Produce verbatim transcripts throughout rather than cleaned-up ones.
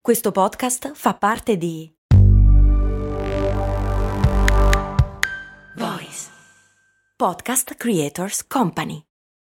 Questo podcast fa parte di Voice Podcast Creators Company.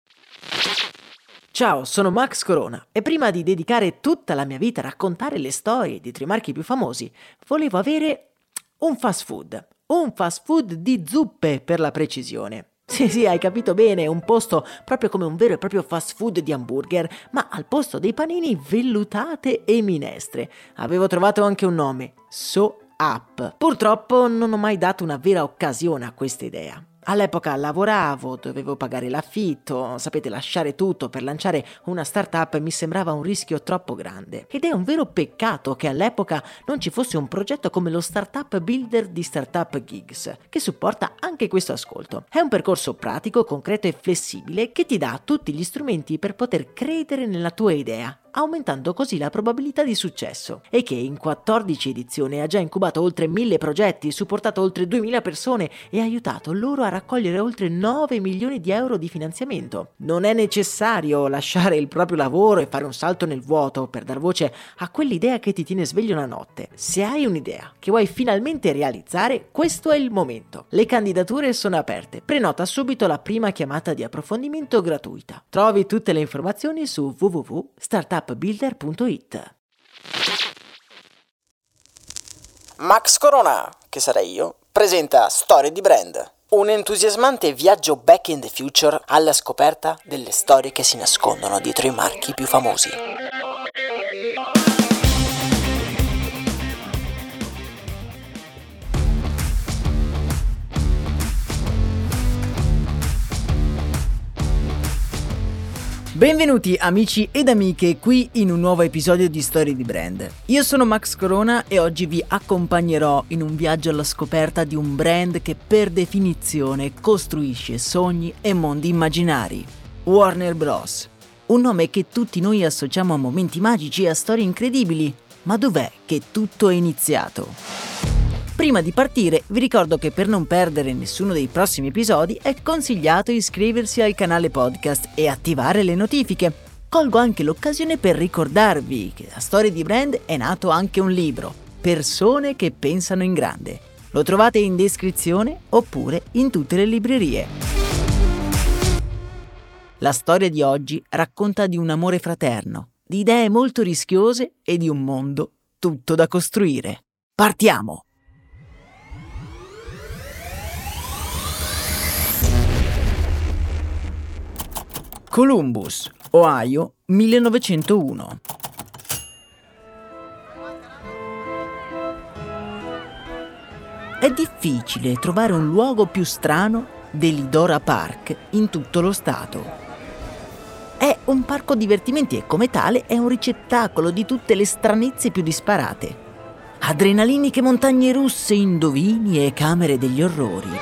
Ciao, sono Max Corona e prima di dedicare tutta la mia vita a raccontare le storie di tre marchi più famosi, volevo avere un fast food, un fast food di zuppe per la precisione. Sì, sì, hai capito bene, un posto proprio come un vero e proprio fast food di hamburger, ma al posto dei panini vellutate e minestre. Avevo trovato anche un nome, So Up. Purtroppo non ho mai dato una vera occasione a questa idea. All'epoca lavoravo, dovevo pagare l'affitto, sapete, lasciare tutto per lanciare una startup mi sembrava un rischio troppo grande. Ed è un vero peccato che all'epoca non ci fosse un progetto come lo Startup Builder di Startup Gigs, che supporta anche questo ascolto. È un percorso pratico, concreto e flessibile che ti dà tutti gli strumenti per poter credere nella tua idea, aumentando così la probabilità di successo, e che in quattordici edizioni ha già incubato oltre mille progetti, supportato oltre duemila persone e aiutato loro a raccogliere oltre nove milioni di euro di finanziamento. Non è necessario lasciare il proprio lavoro e fare un salto nel vuoto per dar voce a quell'idea che ti tiene sveglio la notte. Se hai un'idea che vuoi finalmente realizzare, questo è il momento. Le candidature sono aperte. Prenota subito la prima chiamata di approfondimento gratuita. Trovi tutte le informazioni su w w w punto startup builder punto it. Max Corona, che sarei io, presenta Storie di Brand, un entusiasmante viaggio back in the future alla scoperta delle storie che si nascondono dietro i marchi più famosi. Benvenuti amici ed amiche qui in un nuovo episodio di Storie di Brand. Io sono Max Corona e oggi vi accompagnerò in un viaggio alla scoperta di un brand che per definizione costruisce sogni e mondi immaginari. Warner Bros. Un nome che tutti noi associamo a momenti magici e a storie incredibili. Ma dov'è che tutto è iniziato? Prima di partire vi ricordo che per non perdere nessuno dei prossimi episodi è consigliato iscriversi al canale podcast e attivare le notifiche. Colgo anche l'occasione per ricordarvi che da Storie di Brand è nato anche un libro, Persone che pensano in grande. Lo trovate in descrizione oppure in tutte le librerie. La storia di oggi racconta di un amore fraterno, di idee molto rischiose e di un mondo tutto da costruire. Partiamo! Columbus, Ohio, millenovecentouno. È difficile trovare un luogo più strano dell'Idora Park in tutto lo stato. È un parco divertimenti e come tale è un ricettacolo di tutte le stranezze più disparate. Adrenaliniche montagne russe, indovini e camere degli orrori.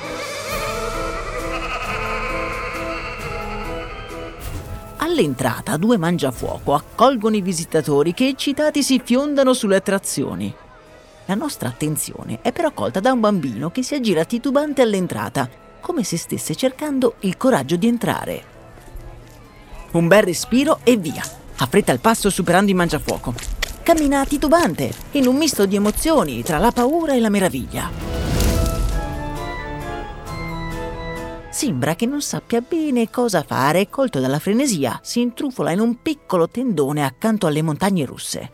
All'entrata due mangiafuoco accolgono i visitatori che eccitati si fiondano sulle attrazioni. La nostra attenzione è però colta da un bambino che si aggira titubante all'entrata, come se stesse cercando il coraggio di entrare. Un bel respiro e via. Affretta il passo superando il mangiafuoco. Cammina titubante, in un misto di emozioni tra la paura e la meraviglia. Sembra che non sappia bene cosa fare e colto dalla frenesia si intrufola in un piccolo tendone accanto alle montagne russe.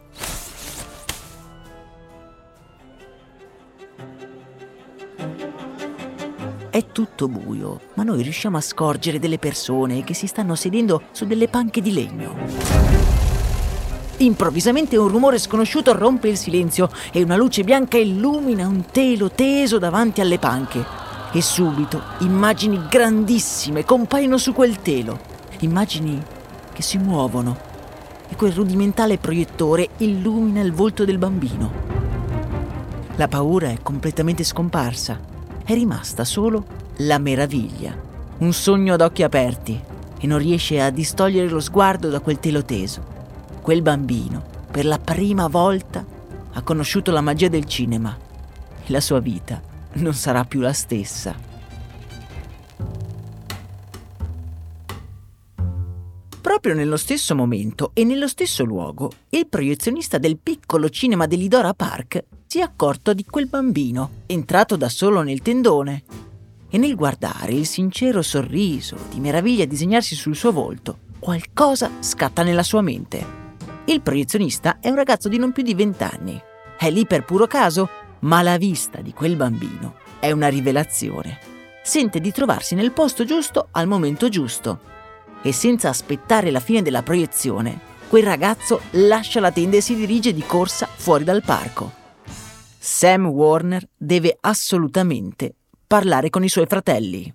È tutto buio, ma noi riusciamo a scorgere delle persone che si stanno sedendo su delle panche di legno. Improvvisamente un rumore sconosciuto rompe il silenzio e una luce bianca illumina un telo teso davanti alle panche. E subito immagini grandissime compaiono su quel telo, immagini che si muovono e quel rudimentale proiettore illumina il volto del bambino. La paura è completamente scomparsa, è rimasta solo la meraviglia, un sogno ad occhi aperti e non riesce a distogliere lo sguardo da quel telo teso. Quel bambino, per la prima volta, ha conosciuto la magia del cinema e la sua vita non sarà più la stessa. Proprio nello stesso momento e nello stesso luogo, il proiezionista del piccolo cinema dell'Idora Park si è accorto di quel bambino, entrato da solo nel tendone. E nel guardare il sincero sorriso di meraviglia disegnarsi sul suo volto, qualcosa scatta nella sua mente. Il proiezionista è un ragazzo di non più di vent'anni. È lì per puro caso, ma la vista di quel bambino è una rivelazione. Sente di trovarsi nel posto giusto al momento giusto. E senza aspettare la fine della proiezione, quel ragazzo lascia la tenda e si dirige di corsa fuori dal parco. Sam Warner deve assolutamente parlare con i suoi fratelli.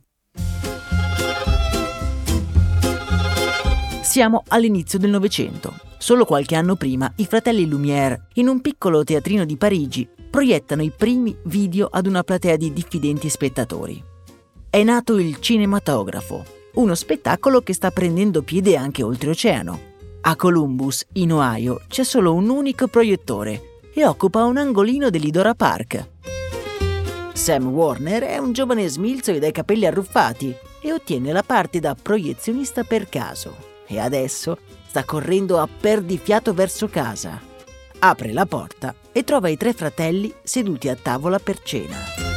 Siamo all'inizio del Novecento. Solo qualche anno prima, i fratelli Lumière, in un piccolo teatrino di Parigi, proiettano i primi video ad una platea di diffidenti spettatori. È nato il cinematografo, uno spettacolo che sta prendendo piede anche oltreoceano. A Columbus, in Ohio, c'è solo un unico proiettore e occupa un angolino dell'Idora Park. Sam Warner è un giovane smilzo e dai capelli arruffati e ottiene la parte da proiezionista per caso. E adesso sta correndo a perdifiato verso casa. Apre la porta e trova i tre fratelli seduti a tavola per cena.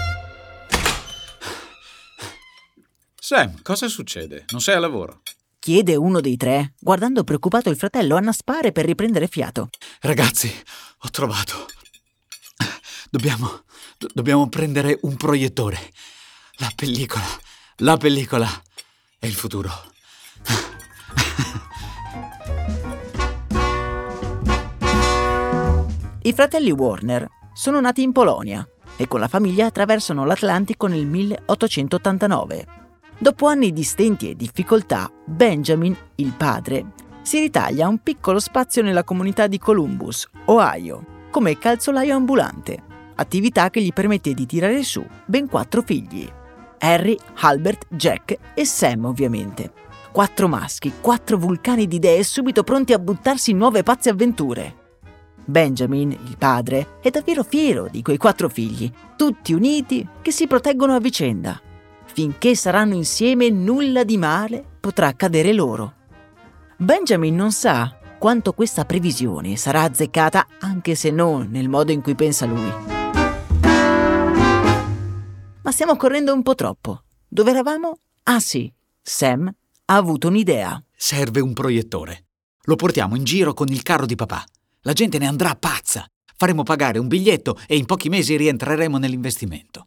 Sam, cosa succede? Non sei a lavoro? Chiede uno dei tre, guardando preoccupato il fratello annaspare per riprendere fiato. Ragazzi, ho trovato. Dobbiamo, do- dobbiamo prendere un proiettore. La pellicola, la pellicola è il futuro. I fratelli Warner sono nati in Polonia e con la famiglia attraversano l'Atlantico nel milleottocentottantanove. Dopo anni di stenti e difficoltà, Benjamin, il padre, si ritaglia un piccolo spazio nella comunità di Columbus, Ohio, come calzolaio ambulante, attività che gli permette di tirare su ben quattro figli. Harry, Albert, Jack e Sam, ovviamente. Quattro maschi, quattro vulcani di idee subito pronti a buttarsi in nuove pazze avventure. Benjamin, il padre, è davvero fiero di quei quattro figli, tutti uniti che si proteggono a vicenda. Finché saranno insieme nulla di male potrà accadere loro. Benjamin non sa quanto questa previsione sarà azzeccata, anche se non nel modo in cui pensa lui. Ma stiamo correndo un po' troppo. Dove eravamo? Ah sì, Sam ha avuto un'idea. Serve un proiettore. Lo portiamo in giro con il carro di papà. La gente ne andrà pazza. Faremo pagare un biglietto e in pochi mesi rientreremo nell'investimento.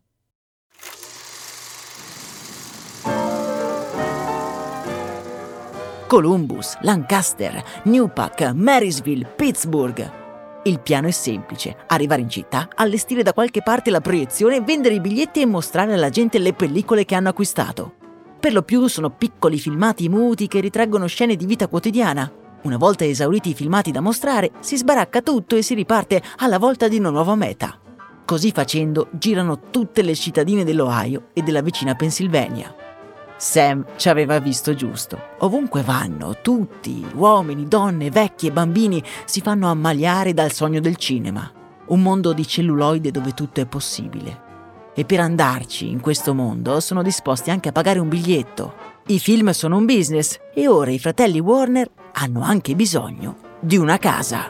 Columbus, Lancaster, Newpack, Marysville, Pittsburgh. Il piano è semplice: arrivare in città, allestire da qualche parte la proiezione, vendere i biglietti e mostrare alla gente le pellicole che hanno acquistato. Per lo più sono piccoli filmati muti che ritraggono scene di vita quotidiana. Una volta esauriti i filmati da mostrare, si sbaracca tutto e si riparte alla volta di una nuova meta. Così facendo, girano tutte le cittadine dell'Ohio e della vicina Pennsylvania. Sam ci aveva visto giusto. Ovunque vanno, tutti, uomini, donne, vecchi e bambini, si fanno ammaliare dal sogno del cinema. Un mondo di celluloide dove tutto è possibile. E per andarci in questo mondo sono disposti anche a pagare un biglietto. I film sono un business e ora i fratelli Warner hanno anche bisogno di una casa.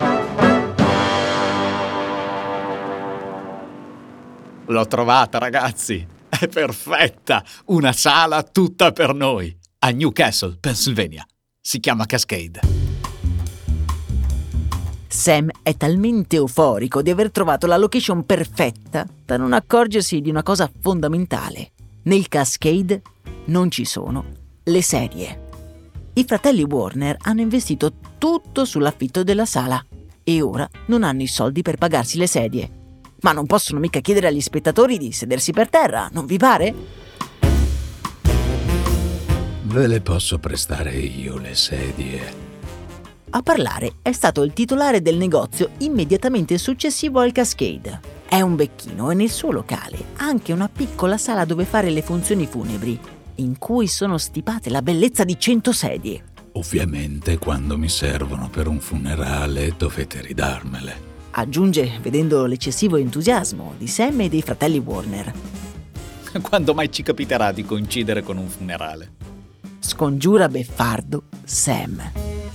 L'ho trovata, ragazzi! È perfetta! Una sala tutta per noi! A Newcastle, Pennsylvania. Si chiama Cascade. Sam è talmente euforico di aver trovato la location perfetta da non accorgersi di una cosa fondamentale. Nel Cascade non ci sono le sedie. I fratelli Warner hanno investito tutto sull'affitto della sala e ora non hanno i soldi per pagarsi le sedie. Ma non possono mica chiedere agli spettatori di sedersi per terra, non vi pare? Ve le posso prestare io le sedie. A parlare è stato il titolare del negozio immediatamente successivo al Cascade. È un becchino e nel suo locale ha anche una piccola sala dove fare le funzioni funebri, in cui sono stipate la bellezza di cento sedie. Ovviamente quando mi servono per un funerale dovete ridarmele. Aggiunge vedendo l'eccessivo entusiasmo di Sam e dei fratelli Warner. Quando mai ci capiterà di coincidere con un funerale? Scongiura beffardo Sam.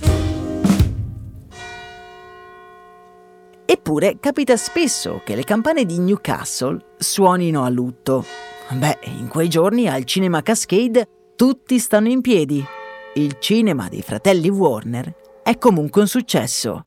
Eppure capita spesso che le campane di Newcastle suonino a lutto. Beh, in quei giorni al cinema Cascade tutti stanno in piedi. Il cinema dei fratelli Warner è comunque un successo.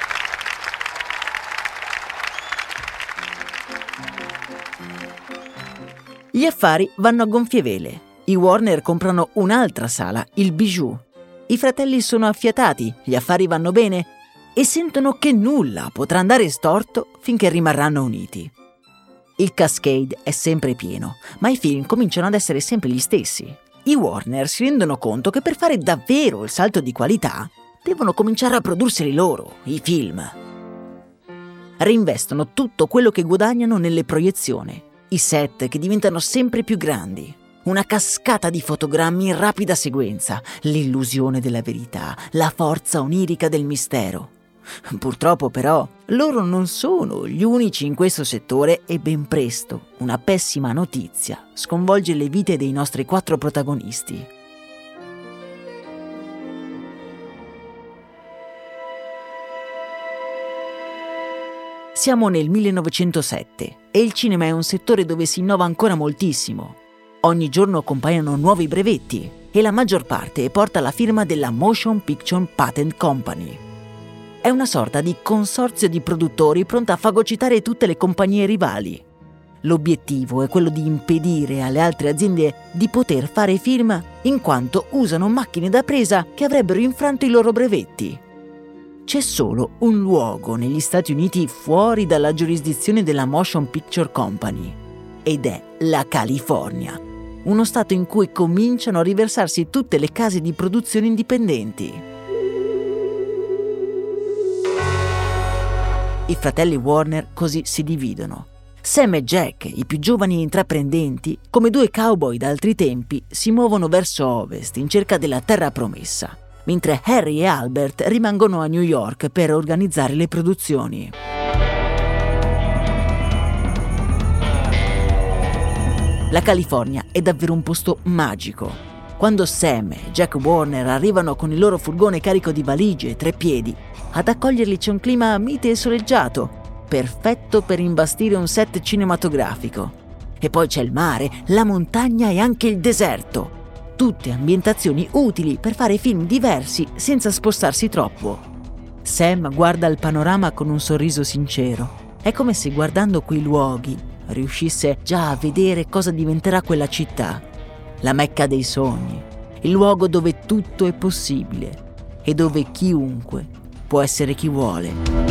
Gli affari vanno a gonfie vele. I Warner comprano un'altra sala, il Bijou. I fratelli sono affiatati, gli affari vanno bene e sentono che nulla potrà andare storto finché rimarranno uniti. Il Cascade è sempre pieno, ma i film cominciano ad essere sempre gli stessi. I Warner si rendono conto che per fare davvero il salto di qualità devono cominciare a produrseli loro, i film. Reinvestono tutto quello che guadagnano nelle proiezioni, i set che diventano sempre più grandi, una cascata di fotogrammi in rapida sequenza, l'illusione della verità, la forza onirica del mistero. Purtroppo però loro non sono gli unici in questo settore e ben presto una pessima notizia sconvolge le vite dei nostri quattro protagonisti. Siamo nel millenovecentosette e il cinema è un settore dove si innova ancora moltissimo. Ogni giorno compaiono nuovi brevetti e la maggior parte porta la firma della Motion Picture Patent Company. È una sorta di consorzio di produttori pronta a fagocitare tutte le compagnie rivali. L'obiettivo è quello di impedire alle altre aziende di poter fare film in quanto usano macchine da presa che avrebbero infranto i loro brevetti. C'è solo un luogo negli Stati Uniti fuori dalla giurisdizione della Motion Picture Company ed è la California, uno stato in cui cominciano a riversarsi tutte le case di produzione indipendenti. I fratelli Warner così si dividono. Sam e Jack, i più giovani e intraprendenti, come due cowboy d'altri tempi, si muovono verso ovest in cerca della terra promessa, mentre Harry e Albert rimangono a New York per organizzare le produzioni. La California è davvero un posto magico. Quando Sam e Jack Warner arrivano con il loro furgone carico di valigie e treppiedi, ad accoglierli c'è un clima mite e soleggiato, perfetto per imbastire un set cinematografico. E poi c'è il mare, la montagna e anche il deserto. Tutte ambientazioni utili per fare film diversi senza spostarsi troppo. Sam guarda il panorama con un sorriso sincero. È come se guardando quei luoghi riuscisse già a vedere cosa diventerà quella città, la Mecca dei sogni, il luogo dove tutto è possibile e dove chiunque può essere chi vuole.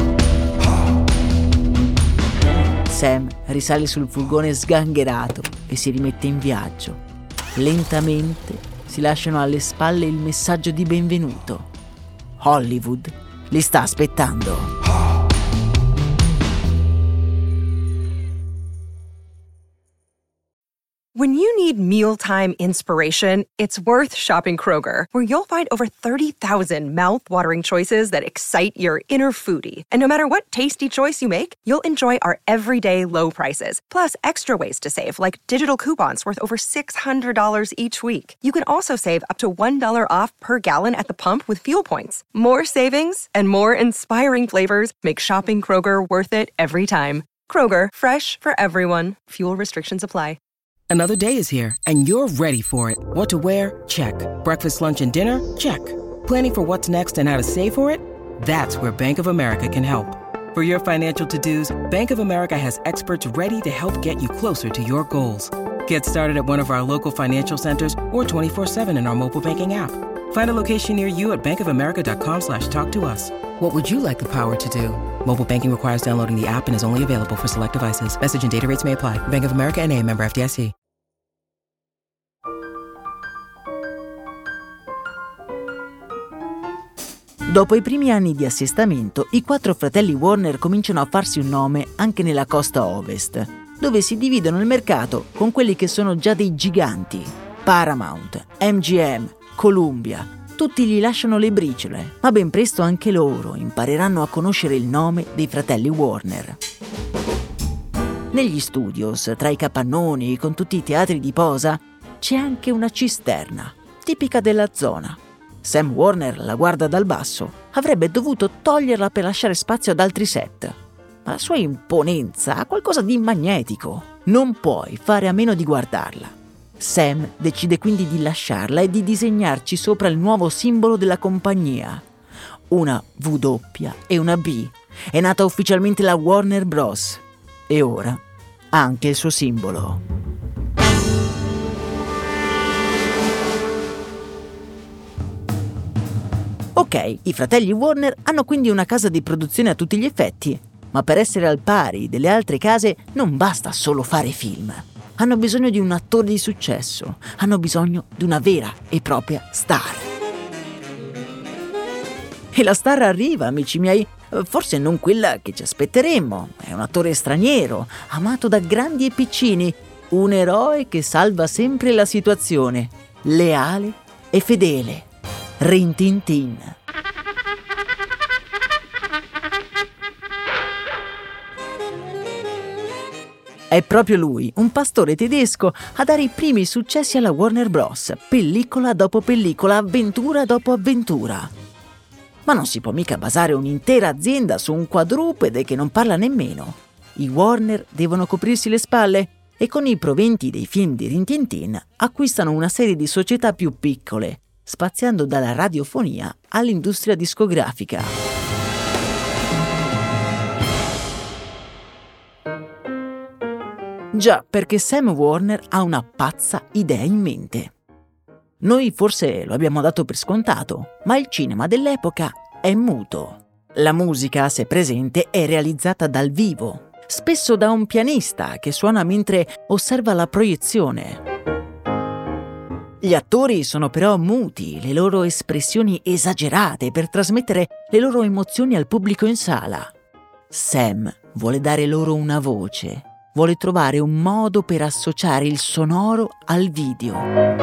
Sam risale sul furgone sgangherato e si rimette in viaggio. Lentamente si lasciano alle spalle il messaggio di benvenuto. Hollywood li sta aspettando. When you need mealtime inspiration, it's worth shopping Kroger, where you'll find over thirty thousand mouth-watering choices that excite your inner foodie. And no matter what tasty choice you make, you'll enjoy our everyday low prices, plus extra ways to save, like digital coupons worth over six hundred dollars each week. You can also save up to one dollar off per gallon at the pump with fuel points. More savings and more inspiring flavors make shopping Kroger worth it every time. Kroger, fresh for everyone. Fuel restrictions apply. Another day is here, and you're ready for it. What to wear? Check. Breakfast, lunch, and dinner? Check. Planning for what's next and how to save for it? That's where Bank of America can help. For your financial to-dos, Bank of America has experts ready to help get you closer to your goals. Get started at one of our local financial centers or twenty-four seven in our mobile banking app. Find a location near you at bankofamerica.com slash talk to us. What would you like the power to do? Mobile banking requires downloading the app and is only available for select devices. Message and data rates may apply. Bank of America N A, member F D I C. Dopo i primi anni di assestamento, i quattro fratelli Warner cominciano a farsi un nome anche nella costa ovest, dove si dividono il mercato con quelli che sono già dei giganti. Paramount, M G M, Columbia, tutti gli lasciano le briciole, ma ben presto anche loro impareranno a conoscere il nome dei fratelli Warner. Negli studios, tra i capannoni, con tutti i teatri di posa, c'è anche una cisterna, tipica della zona. Sam Warner la guarda dal basso. Avrebbe dovuto toglierla per lasciare spazio ad altri set. ma la sua imponenza ha qualcosa di magnetico. Non puoi fare a meno di guardarla. Sam decide quindi di lasciarla e di disegnarci sopra il nuovo simbolo della compagnia. Una W e una B. È nata ufficialmente la Warner Bros. E ora ha anche il suo simbolo. Ok, i fratelli Warner hanno quindi una casa di produzione a tutti gli effetti, ma per essere al pari delle altre case non basta solo fare film. Hanno bisogno di un attore di successo, hanno bisogno di una vera e propria star. E la star arriva, amici miei, forse non quella che ci aspetteremmo. È un attore straniero, amato da grandi e piccini, un eroe che salva sempre la situazione, leale e fedele. Rin Tin Tin. È proprio lui, un pastore tedesco, a dare i primi successi alla Warner Bros., pellicola dopo pellicola, avventura dopo avventura. Ma non si può mica basare un'intera azienda su un quadrupede che non parla nemmeno. I Warner devono coprirsi le spalle e con i proventi dei film di Rin Tin Tin acquistano una serie di società più piccole, spaziando dalla radiofonia all'industria discografica. Già, perché Sam Warner ha una pazza idea in mente. Noi forse lo abbiamo dato per scontato, ma il cinema dell'epoca è muto. La musica, se presente, è realizzata dal vivo, spesso da un pianista che suona mentre osserva la proiezione. Gli attori sono però muti, le loro espressioni esagerate per trasmettere le loro emozioni al pubblico in sala. Sam vuole dare loro una voce, vuole trovare un modo per associare il sonoro al video.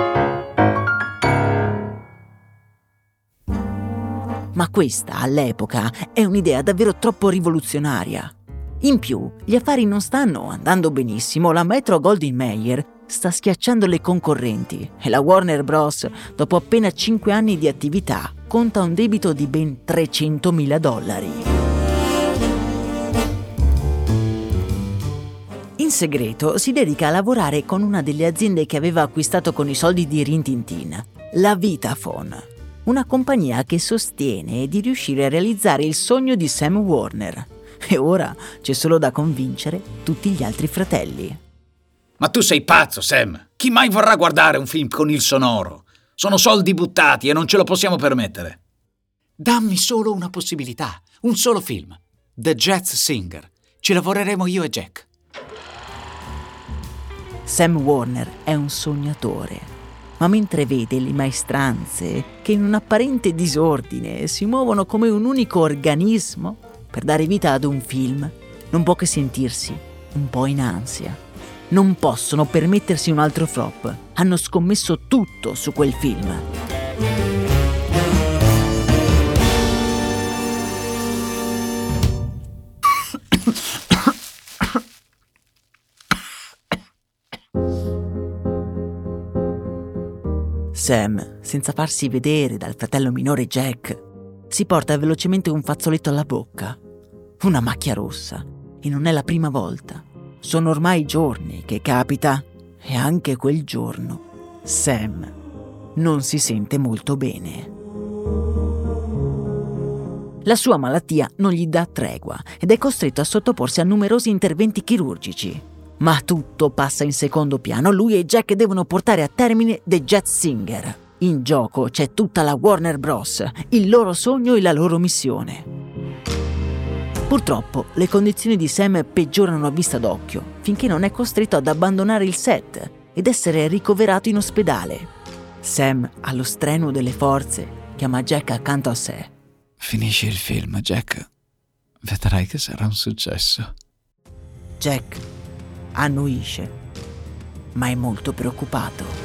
Ma questa, all'epoca, è un'idea davvero troppo rivoluzionaria. In più, gli affari non stanno andando benissimo, la Metro-Goldwyn-Mayer sta schiacciando le concorrenti e la Warner Bros., dopo appena cinque anni di attività, conta un debito di ben trecentomila dollari. In segreto si dedica a lavorare con una delle aziende che aveva acquistato con i soldi di Rin Tin Tin, la Vitaphone, una compagnia che sostiene di riuscire a realizzare il sogno di Sam Warner. E ora c'è solo da convincere tutti gli altri fratelli. Ma tu sei pazzo, Sam! Chi mai vorrà guardare un film con il sonoro? Sono soldi buttati e non ce lo possiamo permettere. Dammi solo una possibilità, un solo film. The Jazz Singer. Ci lavoreremo io e Jack. Sam Warner è un sognatore, ma mentre vede le maestranze che in un apparente disordine si muovono come un unico organismo per dare vita ad un film, non può che sentirsi un po' in ansia. Non possono permettersi un altro flop. Hanno scommesso tutto su quel film. Sam, senza farsi vedere dal fratello minore Jack, si porta velocemente un fazzoletto alla bocca. Una macchia rossa. E non è la prima volta. Sono ormai giorni che capita e anche quel giorno Sam non si sente molto bene. La sua malattia non gli dà tregua ed è costretto a sottoporsi a numerosi interventi chirurgici. Ma tutto passa in secondo piano. Lui e Jack devono portare a termine The Jazz Singer. In gioco c'è tutta la Warner Bros., il loro sogno e la loro missione. Purtroppo le condizioni di Sam peggiorano a vista d'occhio finché non è costretto ad abbandonare il set ed essere ricoverato in ospedale. Sam, allo strenuo delle forze, chiama Jack accanto a sé. Finisci il film, Jack. Vedrai che sarà un successo. Jack annuisce, ma è molto preoccupato.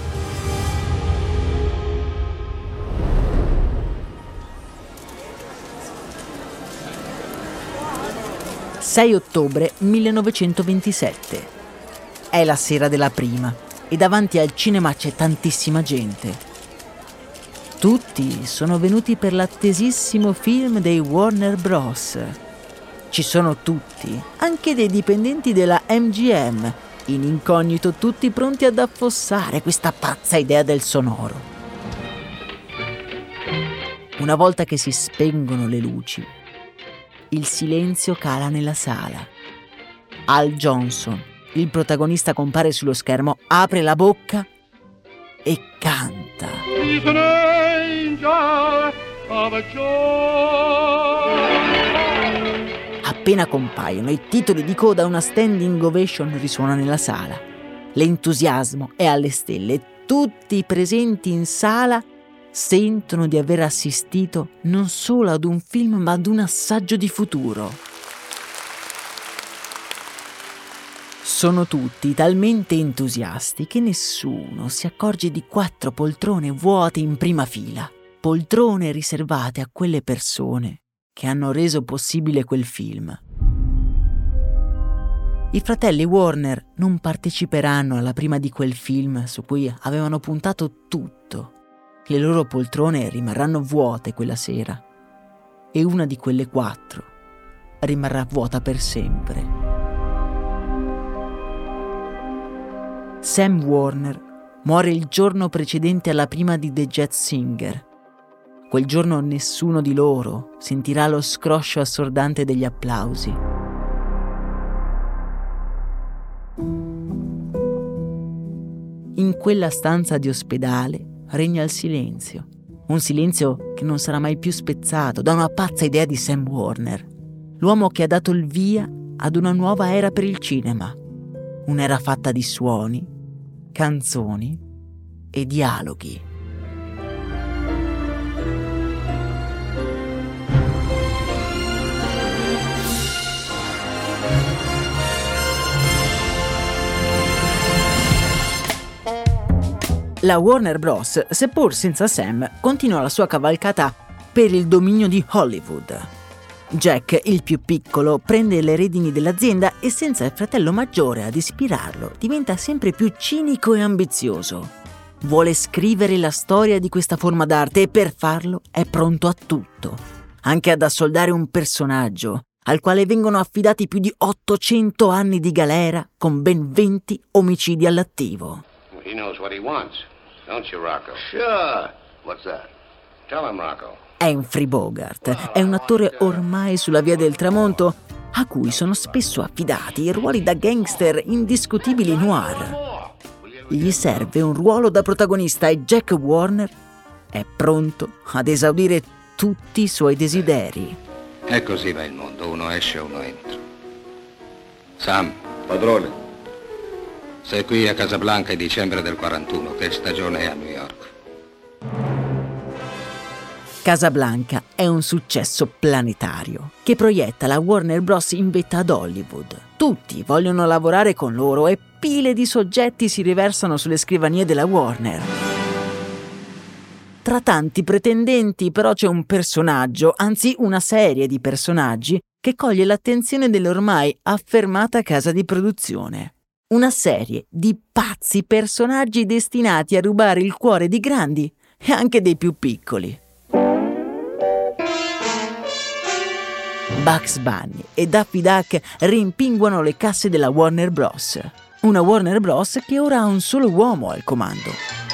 sei ottobre millenovecentoventisette. È la sera della prima e davanti al cinema c'è tantissima gente. Tutti sono venuti per l'attesissimo film dei Warner Bros. Ci sono tutti, anche dei dipendenti della M G M, in incognito, tutti pronti ad affossare questa pazza idea del sonoro. Una volta che si spengono le luci, il silenzio cala nella sala. Al Johnson, il protagonista, compare sullo schermo, apre la bocca e canta. He's an angel of joy. Appena compaiono, i titoli di coda, una standing ovation risuona nella sala. L'entusiasmo è alle stelle. Tutti i presenti in sala sentono di aver assistito non solo ad un film, ma ad un assaggio di futuro. Sono tutti talmente entusiasti che nessuno si accorge di quattro poltrone vuote in prima fila, poltrone riservate a quelle persone che hanno reso possibile quel film. I fratelli Warner non parteciperanno alla prima di quel film su cui avevano puntato tutto. Le loro poltrone rimarranno vuote quella sera e una di quelle quattro rimarrà vuota per sempre. Sam Warner muore il giorno precedente alla prima di The Jazz Singer. Quel giorno nessuno di loro sentirà lo scroscio assordante degli applausi. In quella stanza di ospedale regna il silenzio, un silenzio che non sarà mai più spezzato da una pazza idea di Sam Warner, l'uomo che ha dato il via ad una nuova era per il cinema, un'era fatta di suoni, canzoni e dialoghi. La Warner Bros., seppur senza Sam, continua la sua cavalcata per il dominio di Hollywood. Jack, il più piccolo, prende le redini dell'azienda e, senza il fratello maggiore ad ispirarlo, diventa sempre più cinico e ambizioso. Vuole scrivere la storia di questa forma d'arte e per farlo è pronto a tutto, anche ad assoldare un personaggio al quale vengono affidati più di ottocento anni di galera con ben venti omicidi all'attivo. He knows what he wants. Don't you, Rocco? Sure. What's that? Tell him, Rocco. Humphrey Bogart è un attore ormai sulla via del tramonto a cui sono spesso affidati ruoli da gangster indiscutibili noir. Gli serve un ruolo da protagonista e Jack Warner è pronto ad esaudire tutti i suoi desideri. E così va il mondo, uno esce e uno entra. Sam. Padrone. Sei qui a Casablanca in dicembre del quarantuno, che stagione è a New York? Casablanca è un successo planetario che proietta la Warner Bros. In vetta ad Hollywood. Tutti vogliono lavorare con loro e pile di soggetti si riversano sulle scrivanie della Warner. Tra tanti pretendenti però c'è un personaggio, anzi una serie di personaggi, che coglie l'attenzione dell'ormai affermata casa di produzione. Una serie di pazzi personaggi destinati a rubare il cuore di grandi e anche dei più piccoli. Bugs Bunny e Daffy Duck rimpinguano le casse della Warner Bros. Una Warner Bros. Che ora ha un solo uomo al comando.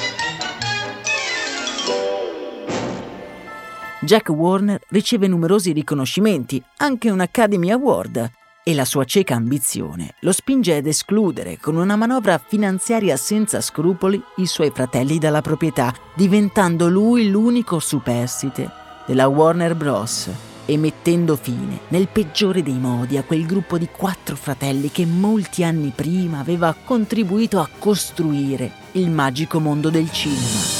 Jack Warner riceve numerosi riconoscimenti, anche un Academy Award, e la sua cieca ambizione lo spinge ad escludere con una manovra finanziaria senza scrupoli i suoi fratelli dalla proprietà, diventando lui l'unico superstite della Warner Bros. E mettendo fine, nel peggiore dei modi, a quel gruppo di quattro fratelli che molti anni prima aveva contribuito a costruire il magico mondo del cinema.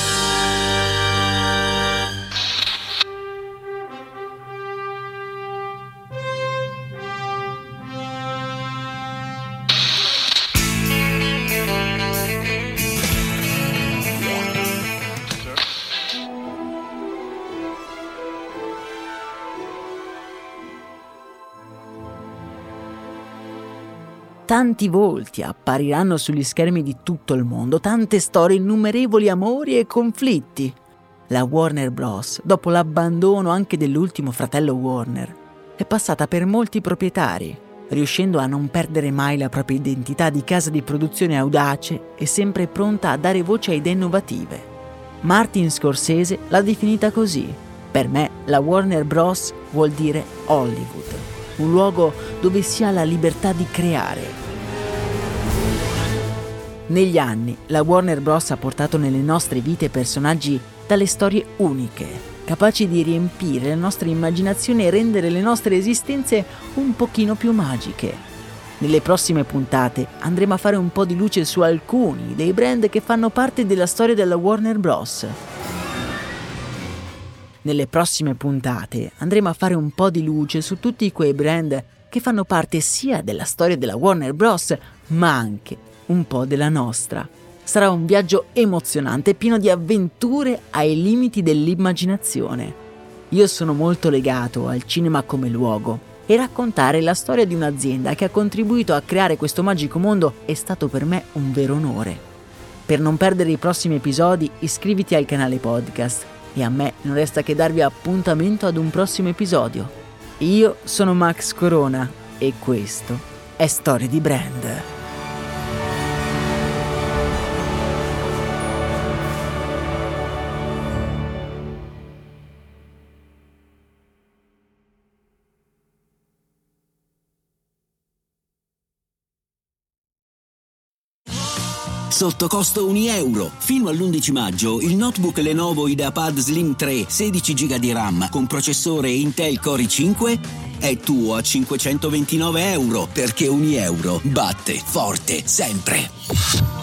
Tanti volti appariranno sugli schermi di tutto il mondo, tante storie, innumerevoli amori e conflitti. La Warner Bros., dopo l'abbandono anche dell'ultimo fratello Warner, è passata per molti proprietari, riuscendo a non perdere mai la propria identità di casa di produzione audace e sempre pronta a dare voce a idee innovative. Martin Scorsese l'ha definita così: per me la Warner Bros. Vuol dire Hollywood, un luogo dove si ha la libertà di creare. Negli anni la Warner Bros. Ha portato nelle nostre vite personaggi dalle storie uniche, capaci di riempire la nostra immaginazione e rendere le nostre esistenze un pochino più magiche. Nelle prossime puntate andremo a fare un po' di luce su alcuni dei brand che fanno parte della storia della Warner Bros. Nelle prossime puntate andremo a fare un po' di luce su tutti quei brand che fanno parte sia della storia della Warner Bros., ma anche un po' della nostra. Sarà un viaggio emozionante, pieno di avventure ai limiti dell'immaginazione. Io sono molto legato al cinema come luogo e raccontare la storia di un'azienda che ha contribuito a creare questo magico mondo è stato per me un vero onore. Per non perdere i prossimi episodi, iscriviti al canale podcast e a me non resta che darvi appuntamento ad un prossimo episodio. Io sono Max Corona e questo è Storie di Brand. Sotto costo un euro. Fino all'undici maggio il notebook Lenovo IdeaPad Slim tre sedici giga di RAM con processore Intel Core i cinque è tuo a cinquecentoventinove euro, perché un euro batte forte sempre.